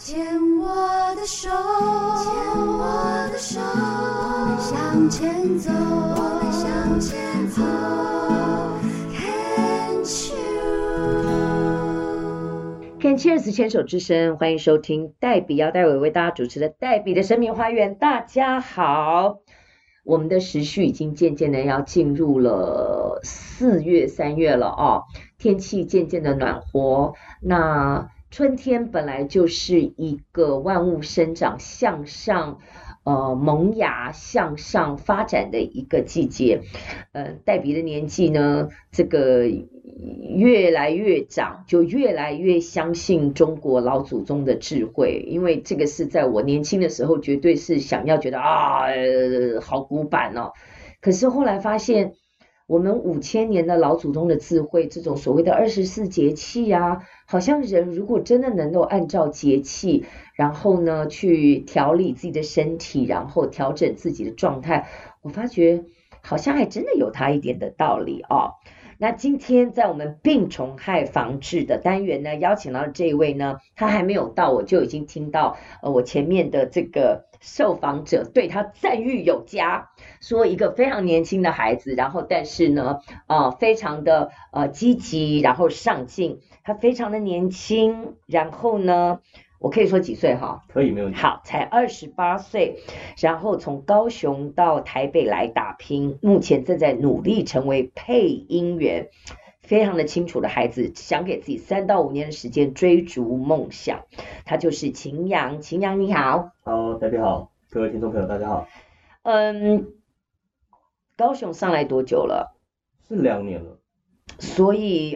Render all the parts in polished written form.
牵我的手，牵我的手，我们向前走，我们向前走。 Can Cheers 牵手之声，欢迎收听黛比姚黛伟为大家主持的黛比的生命花园。大家好，我们的时序已经渐渐的要进入了4月3月了哦，天气渐渐的暖和。那春天本来就是一个万物生长向上萌芽向上发展的一个季节。黛比的年纪呢，这个越来越长，就越来越相信中国老祖宗的智慧，因为这个是在我年轻的时候绝对是想要觉得好古板哦。可是后来发现我们5000年的老祖宗的智慧，这种所谓的24节气啊，好像人如果真的能够按照节气，然后呢去调理自己的身体，然后调整自己的状态，我发觉好像还真的有它一点的道理哦。那今天在我们病虫害防治的单元呢，邀请到的这一位呢，他还没有到，我就已经听到我前面的这个受访者对他赞誉有加，说一个非常年轻的孩子，然后但是呢非常的积极，然后上进，他非常的年轻，然后呢我可以说几岁哈？ 可以，没问题。 好，才28岁，然后从高雄到台北来打拼，目前正在努力成为配音员，非常的清楚的孩子，想给自己3到5年的时间追逐梦想。他就是秦阳，秦阳你好。 好，大家好，各位听众朋友大家好。 高雄上来多久了？ 是2年了。 所以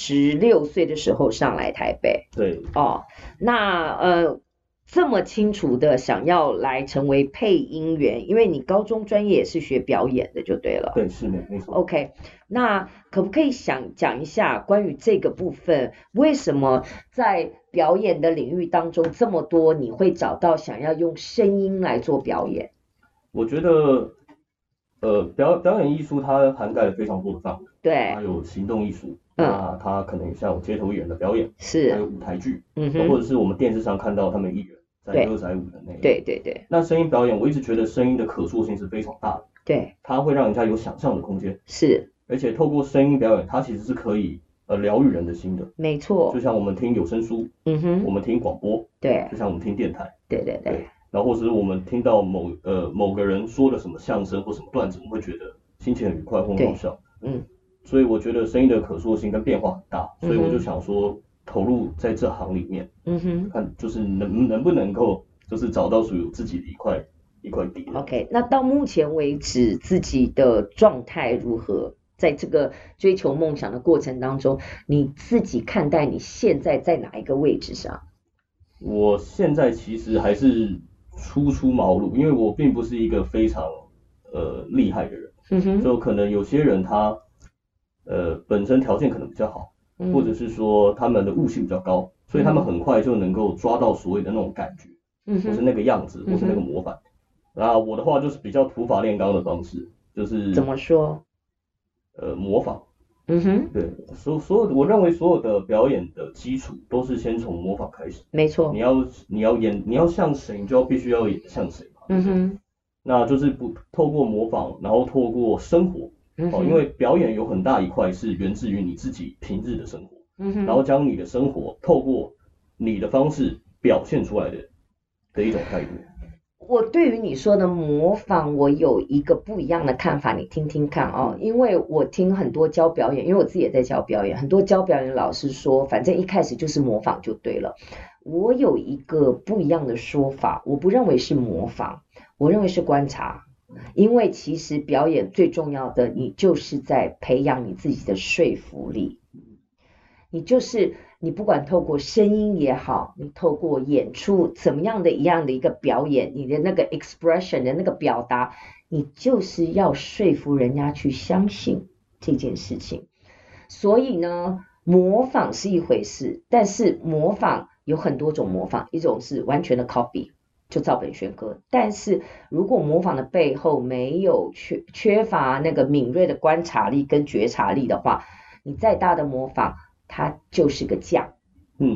26岁的时候上来台北。 对。 哦，那这么清楚的想要来成为配音员，因为你高中专业也是学表演的就对了。 对，是没错。 OK， 那可不可以讲一下关于这个部分，为什么在表演的领域当中这么多你会找到想要用声音来做表演？ 我觉得表演艺术它涵盖了非常多的范围。 对， 它有行动艺术，那它可能像有街头艺人的表演， 是， 还有舞台剧，或者是我们电视上看到他们艺人在歌仔舞的那一类。 对对对。 那声音表演，我一直觉得声音的可塑性是非常大的。 对， 它会让人家有想象的空间。 是， 而且透过声音表演，它其实是可以疗愈人的心的。 没错。 就像我们听有声书，我们听广播， 对， 就像我们听电台， 对。 然后或者是我们听到某个人说的什么相声或什么段子，我们会觉得心情很愉快或很好笑。所以我觉得声音的可塑性跟变化很大，所以我就想说投入在这行里面，看就是能不能够就是找到属于自己的一块地。 OK， 那到目前为止自己的状态如何？在这个追求梦想的过程当中，你自己看待你现在在哪一个位置上？ 我现在其实还是初茅庐，因为我并不是一个非常厉害的人，就可能有些人他本身条件可能比较好，或者是说他们的悟性比较高，所以他们很快就能够抓到所谓的那种感觉，或是那个样子，或是那个模板。那我的话就是比较土法炼钢的方式，就是怎么说？模仿。对，我认为所有的表演的基础都是先从模仿开始。 没错。 你要像谁，你就必须要演像谁嘛。那就是透过模仿，然后透过生活。因为表演有很大一块是源自于你自己平日的生活，然后将你的生活透过你的方式表现出来的一种态度。 我对于你说的模仿，我有一个不一样的看法，你听听看哦。因为我听很多教表演，因为我自己也在教表演，很多教表演老师说，反正一开始就是模仿就对了。我有一个不一样的说法，我不认为是模仿，我认为是观察。因为其实表演最重要的，你就是在培养你自己的说服力。你不管透过声音也好，你透过演出怎么样的一个表演，你的那个 expression 的那个表达，你就是要说服人家去相信这件事情。所以呢，模仿是一回事，但是模仿有很多种模仿，一种是完全的 copy，就照本宣科。但是如果模仿的背后没有缺乏那个敏锐的观察力跟觉察力的话，你再大的模仿它就是个匠。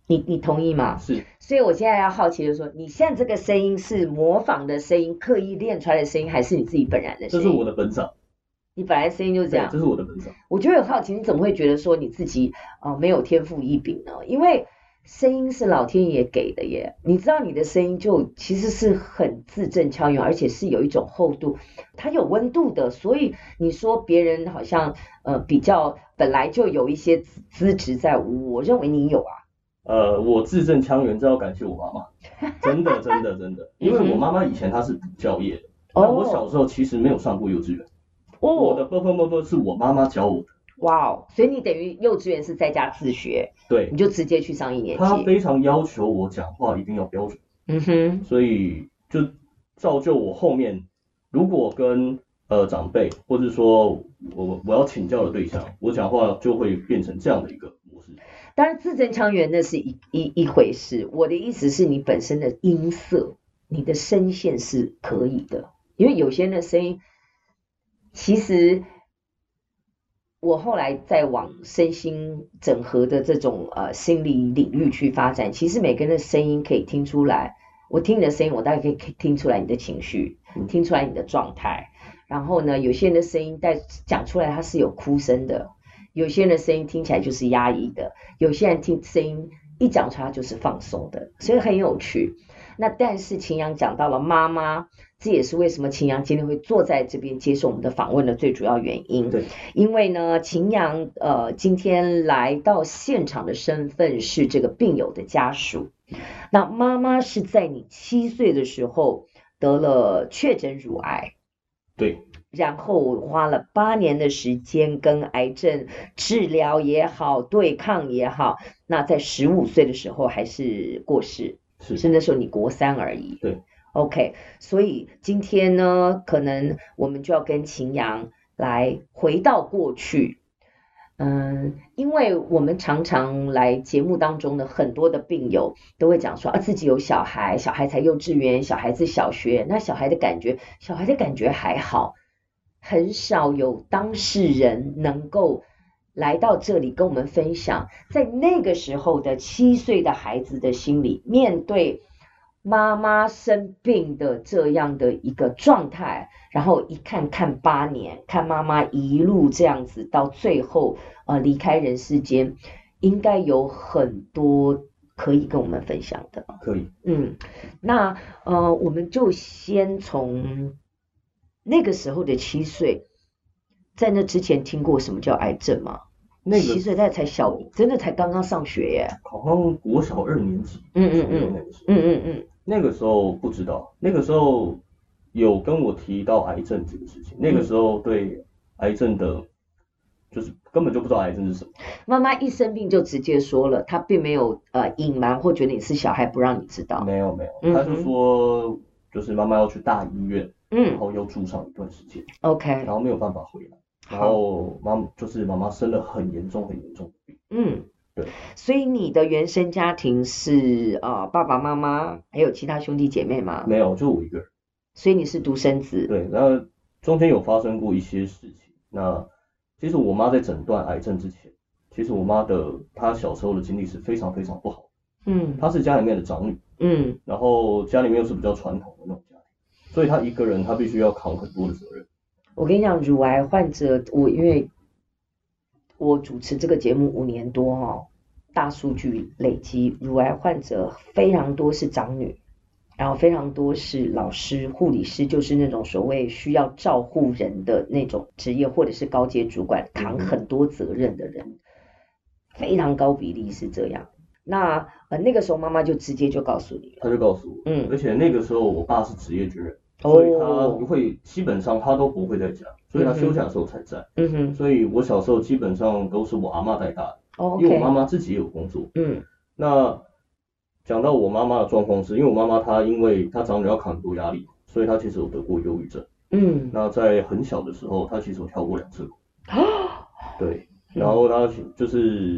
你同意吗？ 是。 所以我现在要好奇的说，你现在这个声音是模仿的声音，刻意练出来的声音，还是你自己本然的声音？ 这是我的本长。 你本来声音就是这样。 这是我的本长。 我就很好奇，你怎么会觉得说你自己没有天赋异禀呢？因为声音是老天爷给的耶，你知道你的声音就其实是很字正腔圆，而且是有一种厚度，它有温度的。所以你说别人好像比较本来就有一些资质在，我认为你有啊。 我字正腔圆，这要感谢我妈妈，真的，因为我妈妈以前她是补教业的，那我小时候其实没有上过幼稚园，我的 b 是我妈妈教我的。 哇哦，所以你等于幼稚园是在家自学， 对， 你就直接去上1年级。 她非常要求我讲话一定要标准，所以就造就我后面如果跟长辈或者说我要请教的对象，我讲话就会变成这样的一个模式。 当然字正腔圆那是一回事，我的意思是你本身的音色，你的声线是可以的，因为有些人的声音，其实我后来在往身心整合的这种心理领域去发展，其实每个人的声音可以听出来，我听你的声音，我大概可以听出来你的情绪，听出来你的状态，然后呢，有些人的声音讲出来他是有哭声的。有些人的声音听起来就是压抑的，有些人听声音一讲出来就是放松的，所以很有趣。那但是秦阳讲到了妈妈，这也是为什么秦阳今天会坐在这边接受我们的访问的最主要原因。 对， 因为呢，秦阳今天来到现场的身份是这个病友的家属。那妈妈是在你7岁的时候得了确诊乳癌。 对。 然后花了8年的时间跟癌症治疗也好，对抗也好，那在15岁的时候还是过世，是那时候你国3而已。 对 ，OK， 所以今天呢，可能我们就要跟秦阳来回到过去。因为我们常常来节目当中的很多的病友都会讲说自己有小孩，小孩才幼稚园，小孩子小学，那小孩的感觉还好。很少有当事人能够来到这里跟我们分享，在那个时候的7岁的孩子的心理，面对妈妈生病的这样的一个状态，然后一看8年，看妈妈一路这样子到最后离开人世间，应该有很多可以跟我们分享的。 可以。 那我们就先从那个时候的7岁，在那之前听过什么叫癌症吗？7岁他才小，真的才刚刚上学耶， 好像国小2年级。那个时候不知道，那个时候有跟我提到癌症这个事情，那个时候对癌症的，就是根本就不知道癌症是什么。 妈妈一生病就直接说了，她并没有隐瞒或觉得你是小孩不让你知道。 没有，她就说就是妈妈要去大医院。然后又住上一段时间 ，OK， 然后没有办法回来，然后妈妈生了很严重的病。对。所以你的原生家庭是爸爸妈妈还有其他兄弟姐妹吗？ 没有，就我一个人。 所以你是独生子。 对，然后中间有发生过一些事情。那其实我妈在诊断癌症之前，其实我妈她小时候的经历是非常非常不好。她是家里面的长女。然后家里面又是比较传统的那种家庭。所以他一个人，他必须要扛很多的责任。 我跟你讲，乳癌患者，因为我主持这个节目5年多大数据累积，乳癌患者非常多是长女，然后非常多是老师、护理师，就是那种所谓需要照护人的那种职业，或者是高阶主管，扛很多责任的人，非常高比例是这样。那那个时候妈妈就直接就告诉你了。 她就告诉我，而且那个时候我爸是职业军人，所以他基本上他都不会在家，所以他休假的时候才在。所以我小时候基本上都是我阿嬷带大的，因为我妈妈自己也有工作。那讲到我妈妈的状况是，因为我妈妈她因为她长女要扛很多压力，所以她其实有得过忧郁症。那在很小的时候，她其实有跳过2次楼。对，然后她就是。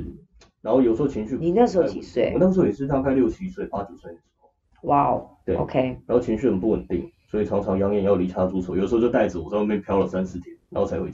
然后有时候情绪， 你那时候几岁？ 我那时候也是大概6、7岁、8、9岁的时候。 哇哦， 对 ，OK。 然后情绪很不稳定，所以常常扬言要离家出走，有时候就带着我在外面飘了3、4天，然后才回家。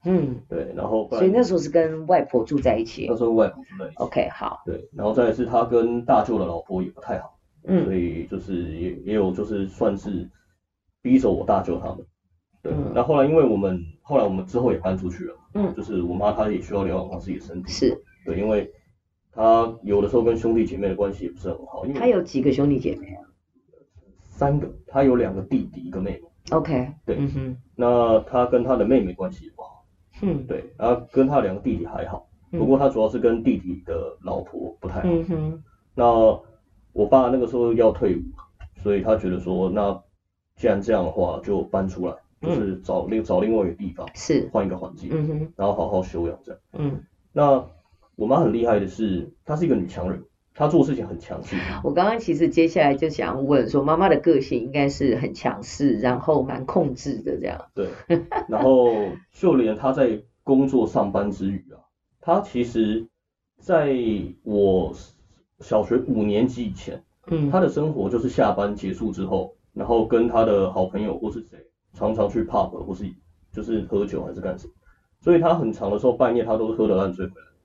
对，然后所以那时候是跟外婆住在一起。 那时候外婆住在一起。 OK， 好。 对，然后再来是他跟大舅的老婆也不太好，所以就是也有就是算是逼走我大舅他们。对，那后来因为后来我们之后也搬出去了，就是我妈她也需要疗养她自己的身体。 是。 对，因为她有的时候跟兄弟姐妹的关系也不是很好。 她有几个兄弟姐妹啊 ？3个，她有2个弟弟，1个妹妹。 OK。 对，那她跟她的妹妹关系也不好。对，然后跟她2个弟弟还好，不过她主要是跟弟弟的老婆不太好。那我爸那个时候要退伍，所以他觉得说，那既然这样的话，就搬出来，就是找另外一个地方， 是换一个环境，然后好好休养这样。那我妈很厉害的是，她是一个女强人，她做事情很强势。 我刚刚其实接下来就想问说，妈妈的个性应该是很强势，然后蛮控制的这样。 对，然后就连她在工作上班之余啊，她其实在我小学5年级以前，她的生活就是下班结束之后，然后跟她的好朋友或是谁，常常去 pub 或是就是喝酒还是干什么，所以她很长的时候半夜她都是喝得烂醉回来。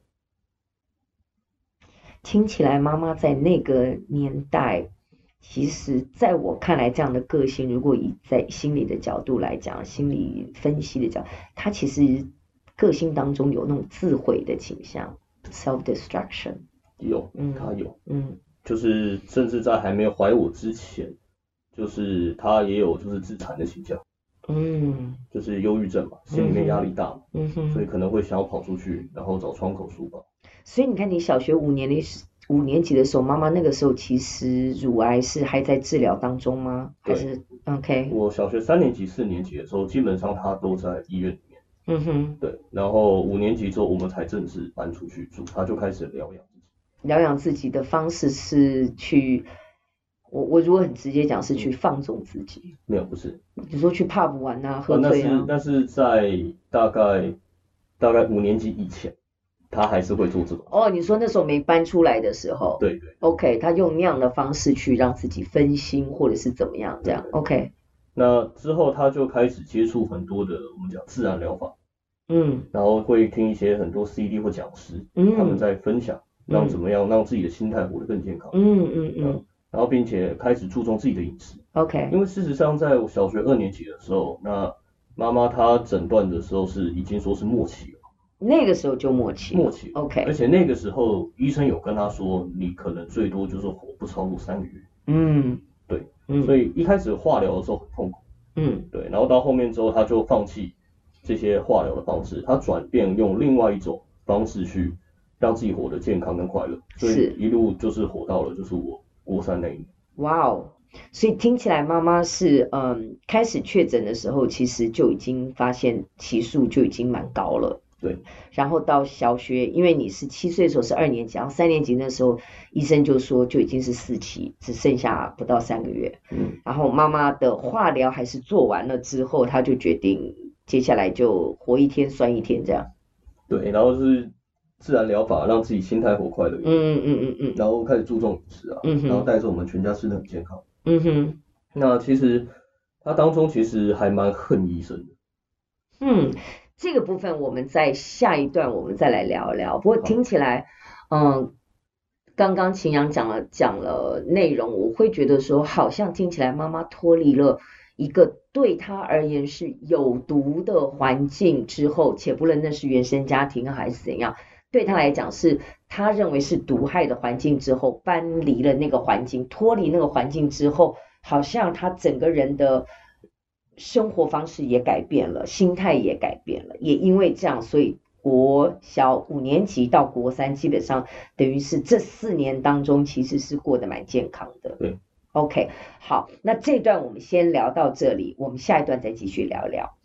听起来妈妈在那个年代，其实在我看来这样的个性，如果以在心理的角度来讲，心理分析的角度，她其实个性当中有那种自毁的倾向 ，self destruction。 有，她有，就是甚至在还没有怀我之前，就是她也有就是自残的倾向。就是忧郁症嘛，心里面压力大嘛，所以可能会想要跑出去，然后找窗口抒发。 所以你看，你小学5年级的时候，妈妈那个时候其实乳癌是还在治疗当中吗？还是 OK？ 我小学3年级、4年级的时候，基本上她都在医院里面。对，然后5年级之后，我们才正式搬出去住，她就开始疗养自己。 疗养自己的方式是去。我如果很直接讲，是去放纵自己。 没有，不是。 你说去 pub 玩啊，喝醉啊？ 那是在大概5年级以前，他还是会做这种。 你说那时候没搬出来的时候。 对。 OK， 他用那样的方式去让自己分心，或者是怎么样这样。OK。 那之后他就开始接触很多的我们讲自然疗法。然后会听一些很多 CD 或讲师，他们在分享，让怎么样让自己的心态活得更健康。然后并且开始注重自己的饮食。 OK。 因为事实上在我小学2年级的时候，那妈妈她诊断的时候是已经说是末期了。 那个时候就末期。OK。 而且那个时候医生有跟她说，你可能最多就是活不超过3个月。对。所以一开始化疗的时候很痛苦。对。然后到后面之后，她就放弃这些化疗的方式，她转变用另外一种方式去让自己活得健康跟快乐。所以一路就是活到了就是我国3那一年。 哇哦，所以听起来妈妈是开始确诊的时候，其实就已经发现期数就已经蛮高了。 对。 然后到小学，因为你是7岁的时候是2年级，然后3年级那时候医生就说就已经是4期，只剩下不到3个月。然后妈妈的化疗还是做完了之后，她就决定接下来就活一天算一天这样。 对，然后是自然疗法，让自己心态活快乐。然后开始注重饮食啊，然后带着我们全家吃得很健康。那其实他当中其实还蛮恨医生的。 这个部分我们在下一段我们再来聊一聊。不过听起来，刚刚秦阳讲了内容，我会觉得说，好像听起来妈妈脱离了一个对她而言是有毒的环境之后，且不论那是原生家庭还是怎样，对她来讲是她认为是毒害的环境之后，搬离了那个环境，脱离那个环境之后，好像她整个人的生活方式也改变了，心态也改变了，也因为这样，所以国小5年级到国3，基本上等于是这4年当中，其实是过得蛮健康的。 对。 OK， 好，那这段我们先聊到这里，我们下一段再继续聊聊。